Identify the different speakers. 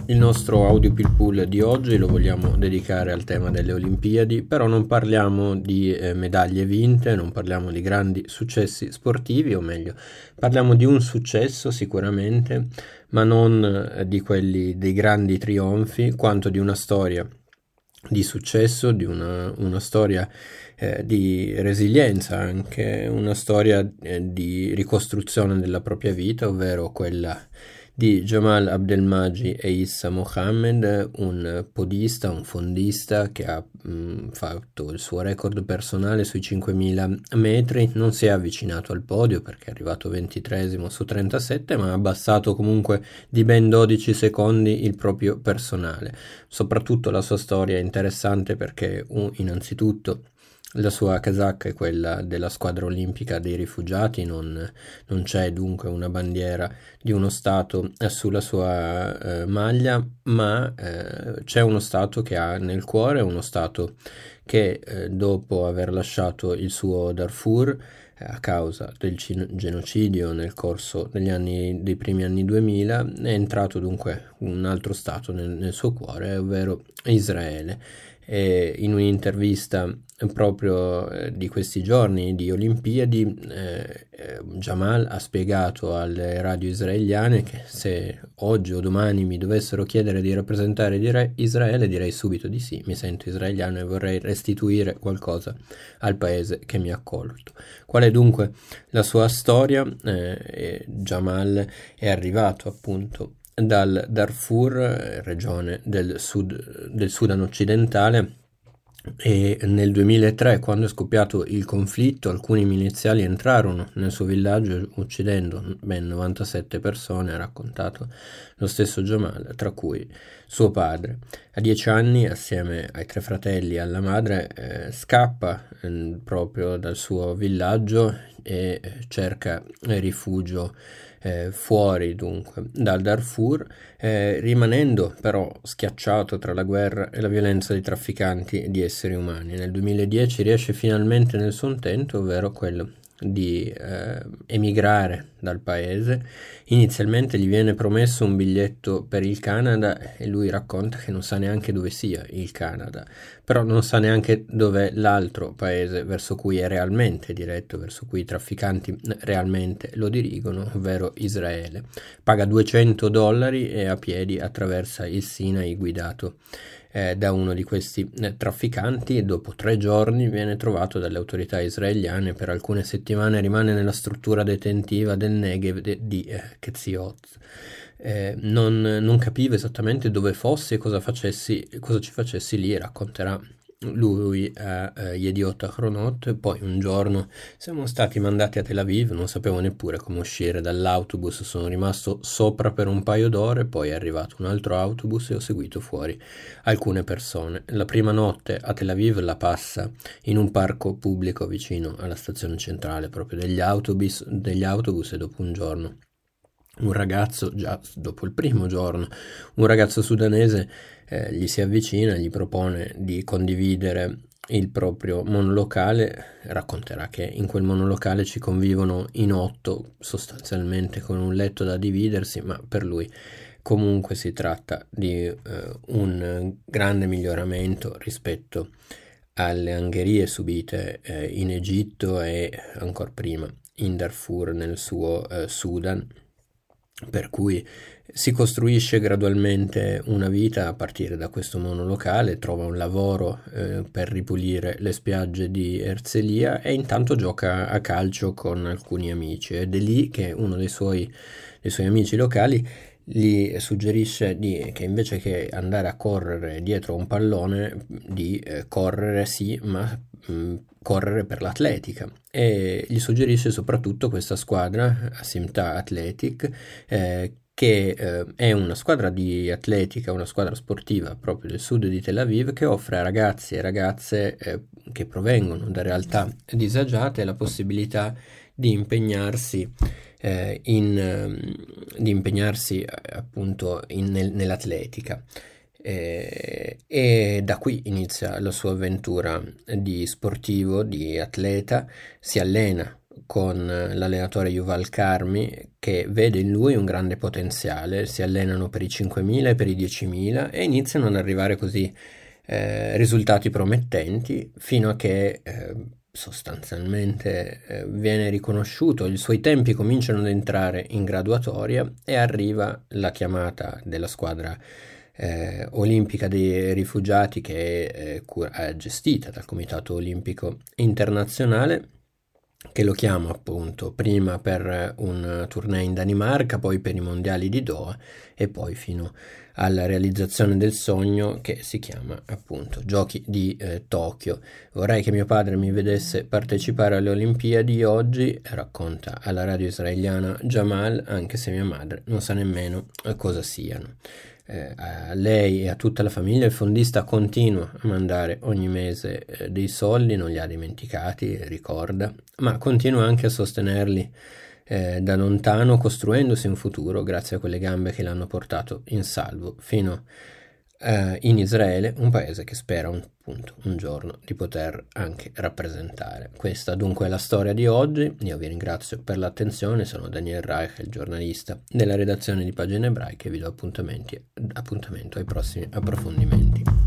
Speaker 1: Il nostro audio Pilpool di oggi lo vogliamo dedicare al tema delle Olimpiadi, però non parliamo di medaglie vinte, non parliamo di grandi successi sportivi, o meglio, parliamo di un successo sicuramente, ma non di quelli dei grandi trionfi, quanto di una storia di successo, di una storia di resilienza, anche una storia di ricostruzione della propria vita, ovvero quella di Jamal Abdelmagi e Issa Mohammed, un podista, un fondista che ha fatto il suo record personale sui 5.000 metri, non si è avvicinato al podio perché è arrivato 23esimo su 37, ma ha abbassato comunque di ben 12 secondi il proprio personale. Soprattutto la sua storia è interessante perché innanzitutto la sua casacca è quella della squadra olimpica dei rifugiati, non c'è dunque una bandiera di uno Stato sulla sua maglia, ma c'è uno Stato che ha nel cuore, uno Stato che dopo aver lasciato il suo Darfur a causa del genocidio nel corso dei primi anni 2000, è entrato dunque un altro Stato nel suo cuore, ovvero Israele. E in un'intervista proprio di questi giorni di Olimpiadi, Jamal ha spiegato alle radio israeliane che se oggi o domani mi dovessero chiedere di rappresentare Israele, direi subito di sì, mi sento israeliano e vorrei restituire qualcosa al paese che mi ha accolto. Qual è dunque la sua storia? Jamal è arrivato appunto dal Darfur, regione del Sudan occidentale, e nel 2003, quando è scoppiato il conflitto, alcuni miliziali entrarono nel suo villaggio uccidendo ben 97 persone, ha raccontato lo stesso Jamal, tra cui suo padre. A 10 anni, assieme ai 3 fratelli e alla madre, scappa proprio dal suo villaggio e cerca rifugio fuori dunque dal Darfur, rimanendo però schiacciato tra la guerra e la violenza dei trafficanti di esseri umani. Nel 2010 riesce finalmente nel suo intento, ovvero quello di emigrare dal paese. Inizialmente gli viene promesso un biglietto per il Canada e lui racconta che non sa neanche dove sia il Canada, però non sa neanche dov'è l'altro paese verso cui è realmente diretto, verso cui i trafficanti realmente lo dirigono, ovvero Israele. Paga $200 e a piedi attraversa il Sinai guidato da uno di questi trafficanti, e dopo 3 giorni viene trovato dalle autorità israeliane. Per alcune settimane rimane nella struttura detentiva del Negev di Ketziot. Non capivo esattamente dove fossi e cosa ci facessi lì, racconterà lui a Yediot Ahronot. Poi un giorno siamo stati mandati a Tel Aviv, non sapevo neppure come uscire dall'autobus, sono rimasto sopra per un paio d'ore, poi è arrivato un altro autobus e ho seguito fuori alcune persone. La prima notte a Tel Aviv la passa in un parco pubblico vicino alla stazione centrale proprio degli autobus, e dopo un giorno un ragazzo, già dopo il primo giorno, un ragazzo sudanese gli si avvicina, gli propone di condividere il proprio monolocale. Racconterà che in quel monolocale ci convivono in 8, sostanzialmente con un letto da dividersi, ma per lui comunque si tratta di un grande miglioramento rispetto alle angherie subite in Egitto e ancora prima in Darfur nel suo Sudan, per cui si costruisce gradualmente una vita a partire da questo monolocale, trova un lavoro per ripulire le spiagge di Erzelia e intanto gioca a calcio con alcuni amici, ed è lì che uno dei suoi amici locali gli suggerisce che invece che andare a correre dietro un pallone, di correre sì, ma correre per l'atletica, e gli suggerisce soprattutto questa squadra, Asimta Athletic, che è una squadra di atletica, una squadra sportiva proprio del sud di Tel Aviv, che offre a ragazzi e ragazze che provengono da realtà disagiate la possibilità di impegnarsi appunto nell'atletica. E da qui inizia la sua avventura di sportivo, di atleta. Si allena con l'allenatore Yuval Karmi, che vede in lui un grande potenziale. Si allenano per i 5.000 e per i 10.000 e iniziano ad arrivare così risultati promettenti, fino a che sostanzialmente viene riconosciuto, i suoi tempi cominciano ad entrare in graduatoria e arriva la chiamata della squadra olimpica dei rifugiati, che è gestita dal Comitato Olimpico Internazionale, che lo chiama appunto prima per un tournée in Danimarca, poi per i mondiali di Doha e poi fino alla realizzazione del sogno, che si chiama appunto Giochi di Tokyo. Vorrei che mio padre mi vedesse partecipare alle Olimpiadi oggi, racconta alla radio israeliana Jamal, anche se mia madre non sa nemmeno cosa siano. A lei e a tutta la famiglia il fondista continua a mandare ogni mese dei soldi, non li ha dimenticati, ricorda, ma continua anche a sostenerli da lontano, costruendosi un futuro grazie a quelle gambe che l'hanno portato in salvo fino in Israele, un paese che spera appunto un giorno di poter anche rappresentare. Questa dunque è la storia di oggi. Io vi ringrazio per l'attenzione, sono Daniel Reich, il giornalista della redazione di Pagine Ebraiche, e vi do appuntamento ai prossimi approfondimenti.